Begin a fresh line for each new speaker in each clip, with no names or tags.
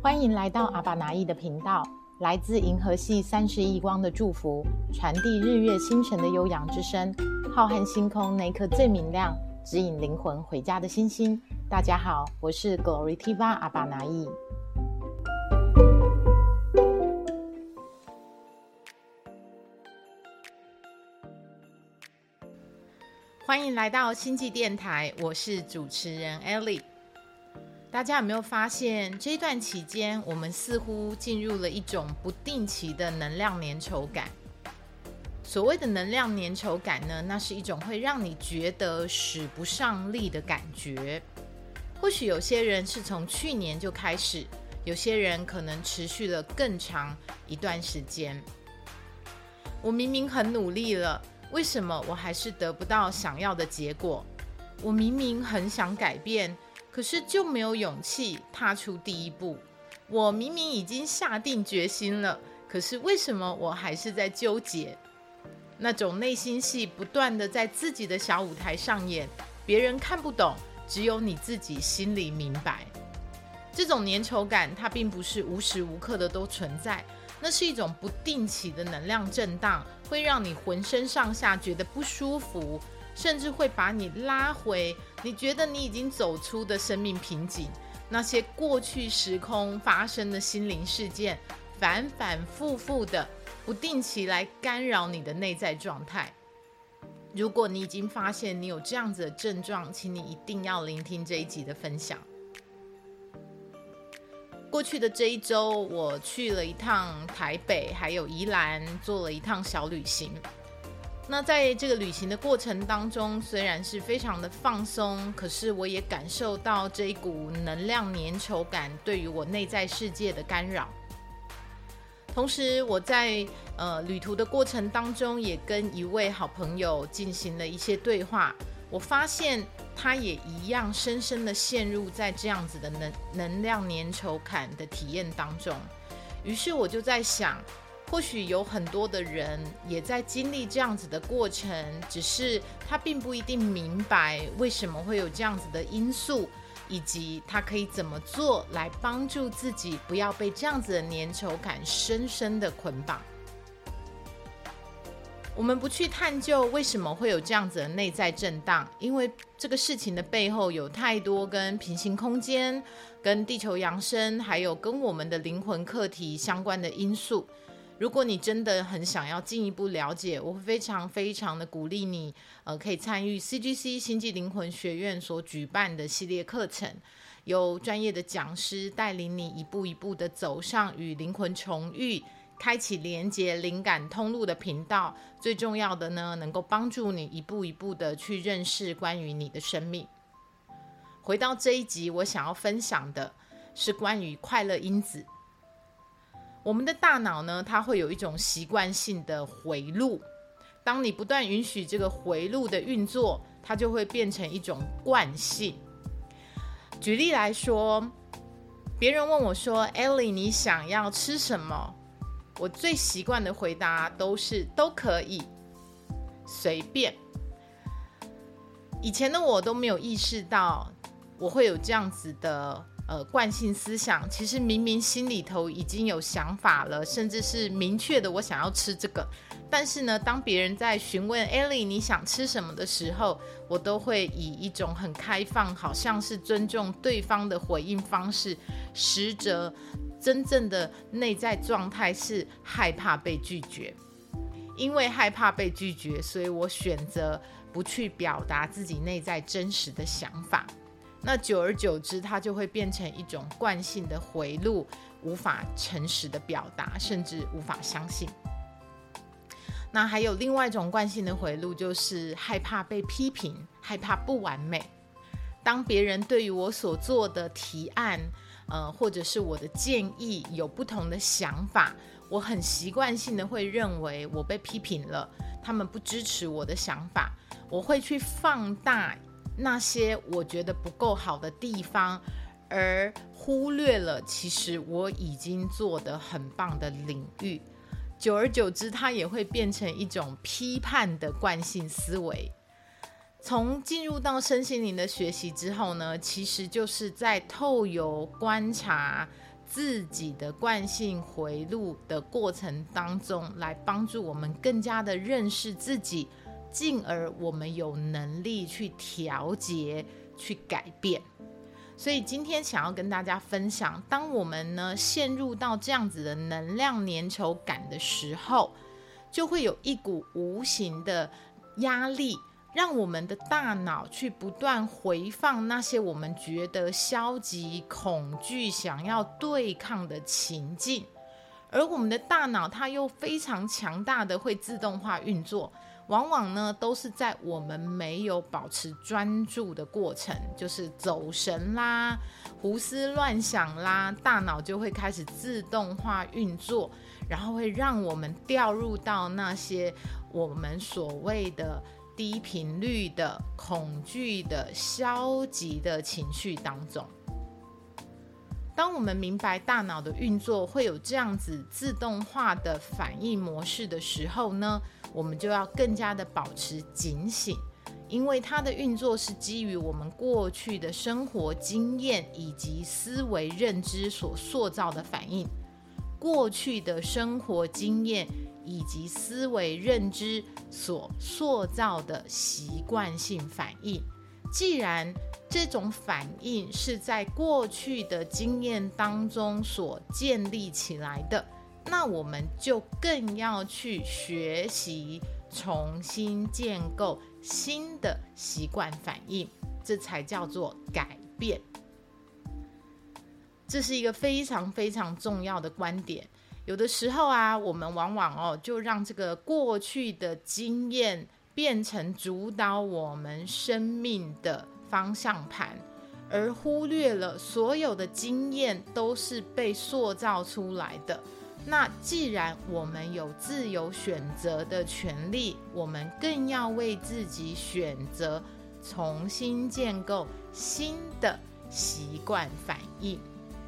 欢迎来到阿爸拿意的频道，来自银河系30亿光的祝福，传递日月星辰的悠扬之声，浩瀚星空那颗最明亮，指引灵魂回家的星星。大家好，我是 Glorytiva 阿爸拿意。欢迎来到星际电台，我是主持人 Ellie。大家有没有发现，这一段期间我们似乎进入了一种不定期的能量粘稠感？所谓的能量粘稠感呢，那是一种会让你觉得使不上力的感觉。或许有些人是从去年就开始，有些人可能持续了更长一段时间。我明明很努力了，为什么我还是得不到想要的结果？我明明很想改变，可是就没有勇气踏出第一步。我明明已经下定决心了，可是为什么我还是在纠结？那种内心戏不断的在自己的小舞台上演，别人看不懂，只有你自己心里明白。这种粘稠感它并不是无时无刻的都存在，那是一种不定期的能量震荡，会让你浑身上下觉得不舒服，甚至会把你拉回你觉得你已经走出的生命瓶颈。那些过去时空发生的心灵事件，反反复复的不定期来干扰你的内在状态。如果你已经发现你有这样子的症状，请你一定要聆听这一集的分享。过去的这一周，我去了一趟台北还有宜兰，做了一趟小旅行。那在这个旅行的过程当中，虽然是非常的放松，可是我也感受到这一股能量粘稠感对于我内在世界的干扰。同时我在旅途的过程当中，也跟一位好朋友进行了一些对话。我发现他也一样深深的陷入在这样子的能量粘稠感的体验当中。于是我就在想，或许有很多的人也在经历这样子的过程，只是他并不一定明白为什么会有这样子的因素，以及他可以怎么做来帮助自己不要被这样子的粘稠感深深的捆绑。我们不去探究为什么会有这样子的内在震荡，因为这个事情的背后有太多跟平行空间、跟地球扬升，还有跟我们的灵魂课题相关的因素。如果你真的很想要进一步了解，我会非常非常的鼓励你可以参与 CGC 星际灵魂学院所举办的系列课程，由专业的讲师带领你一步一步的走上与灵魂重遇，开启连接灵感通路的频道。最重要的呢，能够帮助你一步一步的去认识关于你的生命。回到这一集，我想要分享的是关于快乐因子。我们的大脑呢，它会有一种习惯性的回路，当你不断允许这个回路的运作，它就会变成一种惯性。举例来说，别人问我说 Ellie 你想要吃什么？我最习惯的回答都是都可以，随便。以前的我都没有意识到我会有这样子的惯性思想，其实明明心里头已经有想法了，甚至是明确的我想要吃这个，但是呢，当别人在询问 Ellie 你想吃什么的时候，我都会以一种很开放，好像是尊重对方的回应方式，实则真正的内在状态是害怕被拒绝。因为害怕被拒绝，所以我选择不去表达自己内在真实的想法。那久而久之，它就会变成一种惯性的回路，无法诚实的表达，甚至无法相信。那还有另外一种惯性的回路，就是害怕被批评，害怕不完美。当别人对于我所做的提案或者是我的建议有不同的想法，我很习惯性的会认为我被批评了，他们不支持我的想法，我会去放大那些我觉得不够好的地方，而忽略了其实我已经做得很棒的领域。久而久之，它也会变成一种批判的惯性思维。从进入到身心灵的学习之后呢，其实就是在透由观察自己的惯性回路的过程当中，来帮助我们更加的认识自己，进而我们有能力去调节、去改变。所以今天想要跟大家分享，当我们呢陷入到这样子的能量粘稠感的时候，就会有一股无形的压力，让我们的大脑去不断回放那些我们觉得消极、恐惧、想要对抗的情境，而我们的大脑它又非常强大的会自动化运作，往往呢都是在我们没有保持专注的过程，就是走神啦、胡思乱想啦，大脑就会开始自动化运作，然后会让我们掉入到那些我们所谓的低频率的、恐惧的、消极的情绪当中。当我们明白大脑的运作会有这样子自动化的反应模式的时候呢，我们就要更加的保持警醒，因为它的运作是基于我们过去的生活经验以及思维认知所塑造的反应。过去的生活经验以及思维认知所塑造的习惯性反应，既然这种反应是在过去的经验当中所建立起来的，那我们就更要去学习重新建构新的习惯反应，这才叫做改变。这是一个非常非常重要的观点。有的时候啊，我们往往就让这个过去的经验变成主导我们生命的方向盘，而忽略了所有的经验都是被塑造出来的。那既然我们有自由选择的权利，我们更要为自己选择重新建构新的习惯反应。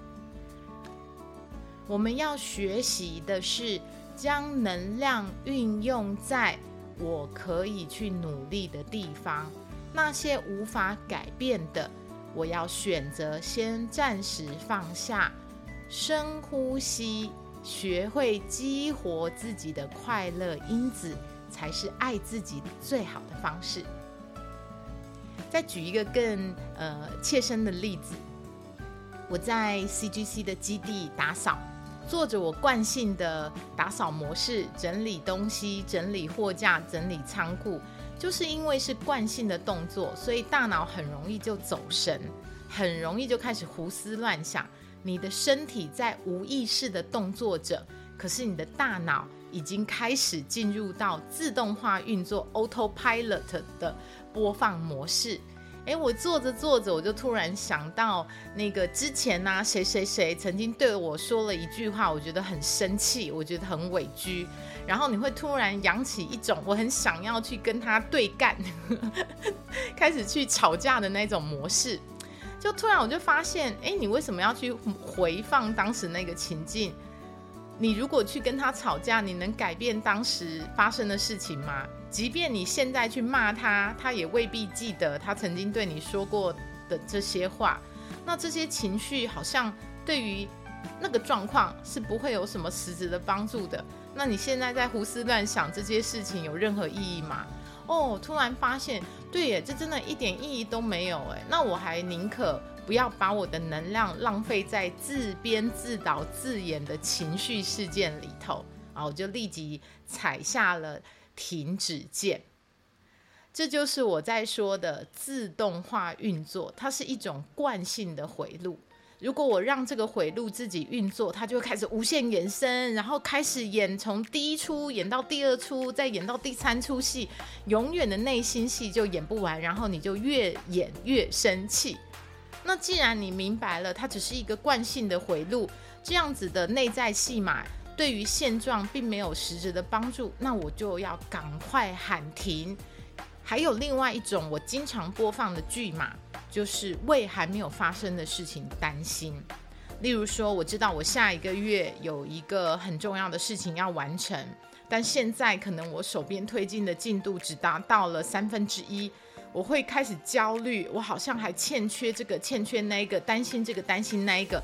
我们要学习的是将能量运用在我可以去努力的地方，那些无法改变的，我要选择先暂时放下，深呼吸，学会激活自己的快乐因子，才是爱自己最好的方式。再举一个更切身的例子，我在 CGC 的基地打扫，做着我惯性的打扫模式，整理东西、整理货架、整理仓库。就是因为是惯性的动作，所以大脑很容易就走神，很容易就开始胡思乱想。你的身体在无意识的动作着，可是你的大脑已经开始进入到自动化运作 autopilot 的播放模式。我做着做着，我就突然想到那个之前啊，谁谁谁曾经对我说了一句话，我觉得很生气，我觉得很委屈，然后你会突然扬起一种我很想要去跟他对干开始去吵架的那种模式。就突然我就发现，你为什么要去回放当时那个情境？你如果去跟他吵架，你能改变当时发生的事情吗？即便你现在去骂他，他也未必记得他曾经对你说过的这些话。那这些情绪好像对于那个状况是不会有什么实质的帮助的。那你现在在胡思乱想这些事情有任何意义吗？突然发现，对耶，这真的一点意义都没有耶。那我还宁可不要把我的能量浪费在自编自导自演的情绪事件里头我就立即踩下了停止键。这就是我在说的自动化运作，它是一种惯性的回路。如果我让这个回路自己运作，它就会开始无限延伸，然后开始演，从第一出演到第二出，再演到第三出戏，永远的内心戏就演不完，然后你就越演越生气。那既然你明白了它只是一个惯性的回路，这样子的内在戏码对于现状并没有实质的帮助，那我就要赶快喊停。还有另外一种我经常播放的剧码，就是为还没有发生的事情担心。例如说，我知道我下一个月有一个很重要的事情要完成，但现在可能我手边推进的进度只达到了1/3，我会开始焦虑，我好像还欠缺这个欠缺那个，担心这个担心那一个，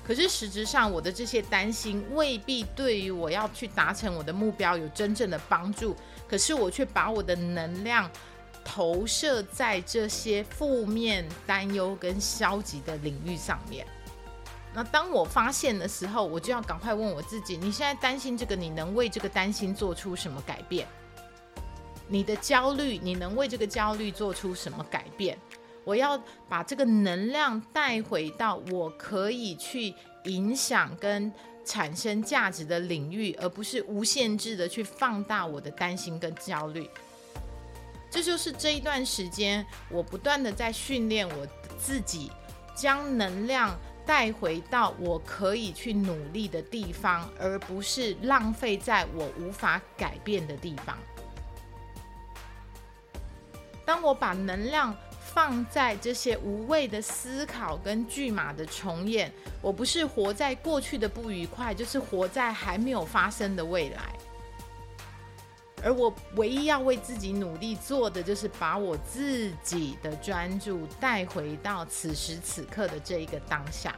可是实质上我的这些担心未必对于我要去达成我的目标有真正的帮助，可是我却把我的能量投射在这些负面担忧跟消极的领域上面。那当我发现的时候，我就要赶快问我自己，你现在担心这个，你能为这个担心做出什么改变？你的焦虑，你能为这个焦虑做出什么改变？我要把这个能量带回到我可以去影响跟产生价值的领域，而不是无限制的去放大我的担心跟焦虑。这就是这一段时间我不断的在训练我自己，将能量带回到我可以去努力的地方，而不是浪费在我无法改变的地方。当我把能量放在这些无谓的思考跟剧码的重演，我不是活在过去的不愉快，就是活在还没有发生的未来。而我唯一要为自己努力做的，就是把我自己的专注带回到此时此刻的这一个当下。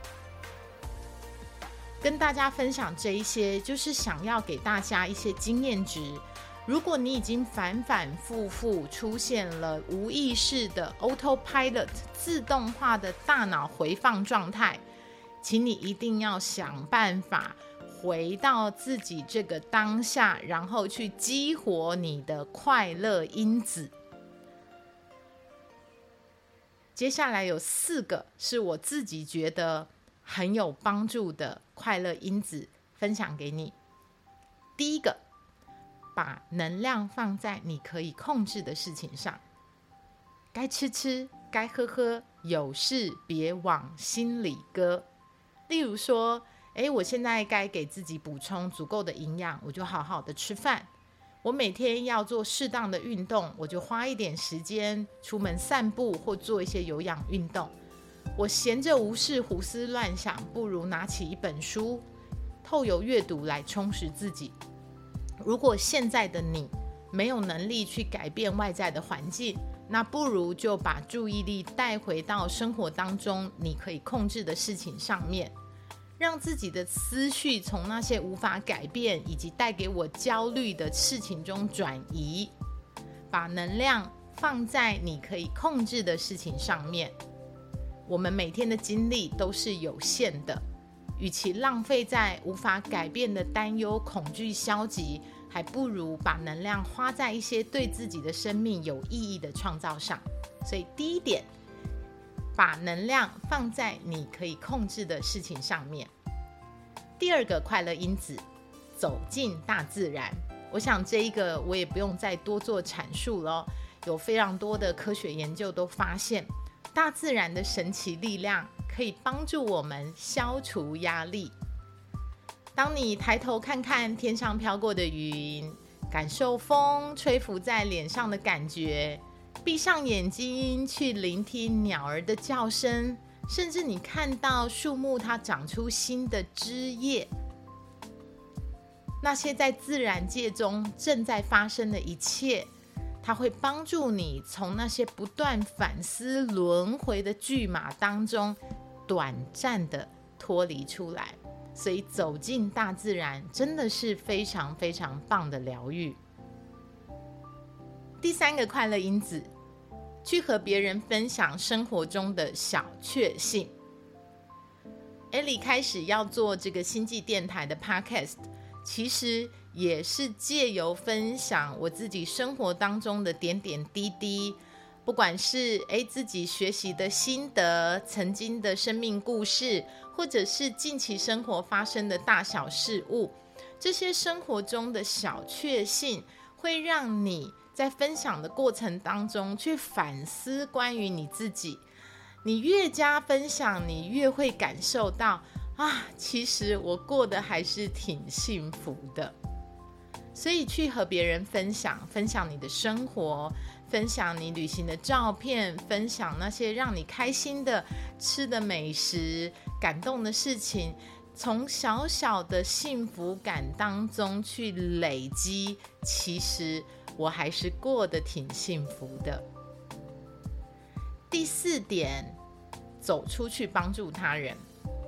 跟大家分享这一些，就是想要给大家一些经验值。如果你已经反反复复出现了无意识的 autopilot 自动化的大脑回放状态，请你一定要想办法回到自己这个当下，然后去激活你的快乐因子。接下来有4个是我自己觉得很有帮助的快乐因子分享给你。第一个，把能量放在你可以控制的事情上，该吃吃，该喝喝，有事别往心里搁。例如说，我现在该给自己补充足够的营养，我就好好的吃饭。我每天要做适当的运动，我就花一点时间出门散步或做一些有氧运动。我闲着无事胡思乱想，不如拿起一本书，透由阅读来充实自己。如果现在的你没有能力去改变外在的环境，那不如就把注意力带回到生活当中你可以控制的事情上面，让自己的思绪从那些无法改变以及带给我焦虑的事情中转移，把能量放在你可以控制的事情上面。我们每天的精力都是有限的，与其浪费在无法改变的担忧、恐惧、消极，还不如把能量花在一些对自己的生命有意义的创造上。所以第一点，把能量放在你可以控制的事情上面。第二个快乐因子，走进大自然。我想这一个我也不用再多做阐述了，有非常多的科学研究都发现，大自然的神奇力量可以帮助我们消除压力。当你抬头看看天上飘过的云，感受风吹拂在脸上的感觉，闭上眼睛去聆听鸟儿的叫声，甚至你看到树木它长出新的枝叶，那些在自然界中正在发生的一切，它会帮助你从那些不断反思轮回的剧码当中短暂的脱离出来。所以走进大自然真的是非常非常棒的疗愈。第三个快乐因子，去和别人分享生活中的小确幸。Ellie 开始要做这个星际电台的 podcast， 其实也是借由分享我自己生活当中的点点滴滴，不管是自己学习的心得、曾经的生命故事，或者是近期生活发生的大小事物，这些生活中的小确幸会让你在分享的过程当中去反思关于你自己。你越加分享，你越会感受到其实我过得还是挺幸福的。所以去和别人分享你的生活，分享你旅行的照片，分享那些让你开心的吃的美食，感动的事情，从小小的幸福感当中去累积，其实我还是过得挺幸福的。第4点，走出去帮助他人。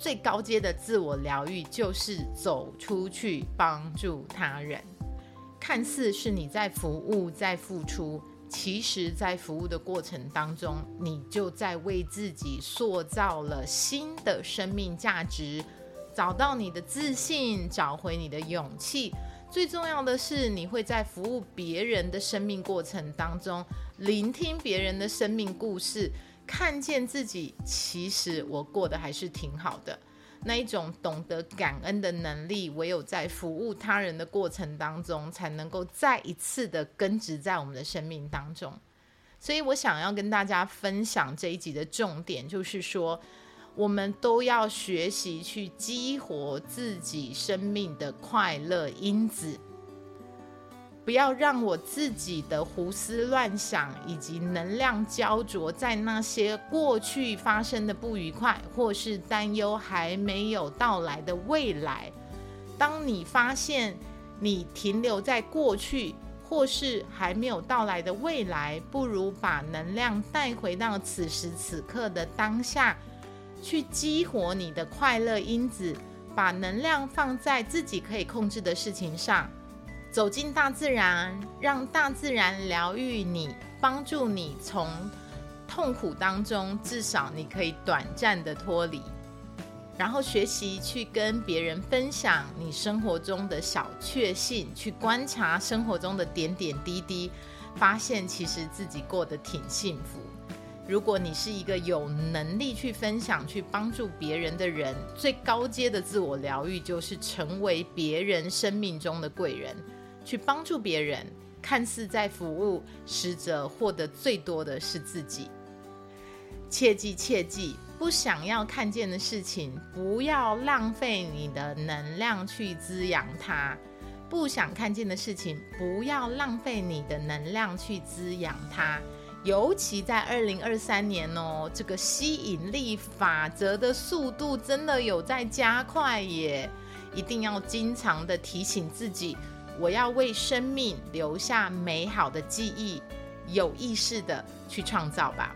最高阶的自我疗愈就是走出去帮助他人。看似是你在服务在付出，其实在服务的过程当中，你就在为自己塑造了新的生命价值，找到你的自信，找回你的勇气。最重要的是，你会在服务别人的生命过程当中，聆听别人的生命故事，看见自己其实我过得还是挺好的。那一种懂得感恩的能力，唯有在服务他人的过程当中，才能够再一次的根植在我们的生命当中。所以我想要跟大家分享这一集的重点，就是说我们都要学习去激活自己生命的快乐因子，不要让我自己的胡思乱想以及能量焦灼在那些过去发生的不愉快或是担忧还没有到来的未来。当你发现你停留在过去或是还没有到来的未来，不如把能量带回到此时此刻的当下，去激活你的快乐因子，把能量放在自己可以控制的事情上，走进大自然，让大自然疗愈你，帮助你从痛苦当中至少你可以短暂的脱离，然后学习去跟别人分享你生活中的小确幸，去观察生活中的点点滴滴，发现其实自己过得挺幸福。如果你是一个有能力去分享去帮助别人的人，最高阶的自我疗愈就是成为别人生命中的贵人，去帮助别人，看似在服务，实则获得最多的是自己。切记切记，不想要看见的事情，不要浪费你的能量去滋养它。不想看见的事情，不要浪费你的能量去滋养它。尤其在2023年哦，这个吸引力法则的速度真的有在加快耶，一定要经常的提醒自己，我要为生命留下美好的记忆，有意识的去创造吧。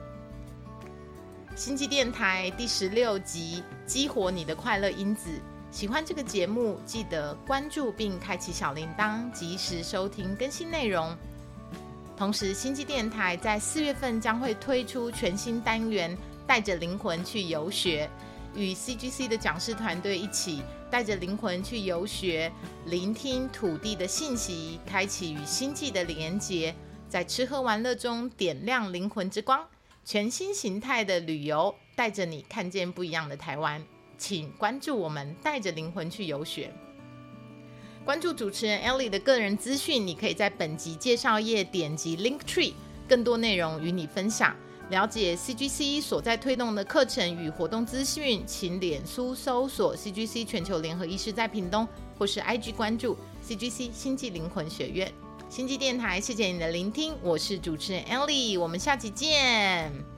星际电台第16集，激活你的快乐因子。喜欢这个节目，记得关注并开启小铃铛，及时收听更新内容。同时，星际电台在4月份将会推出全新单元，带着灵魂去游学，与 CGC 的讲师团队一起带着灵魂去游学，聆听土地的信息，开启与星际的连结，在吃喝玩乐中点亮灵魂之光，全新形态的旅游，带着你看见不一样的台湾。请关注我们带着灵魂去游学，关注主持人 Ellie 的个人资讯，你可以在本集介绍页点击 Linktree， 更多内容与你分享。了解 CGC 所在推动的课程与活动资讯，请脸书搜索 CGC 全球联合医师在屏东，或是 IG 关注 CGC 星际灵魂学院。星际电台，谢谢你的聆听，我是主持人 Ellie， 我们下期见。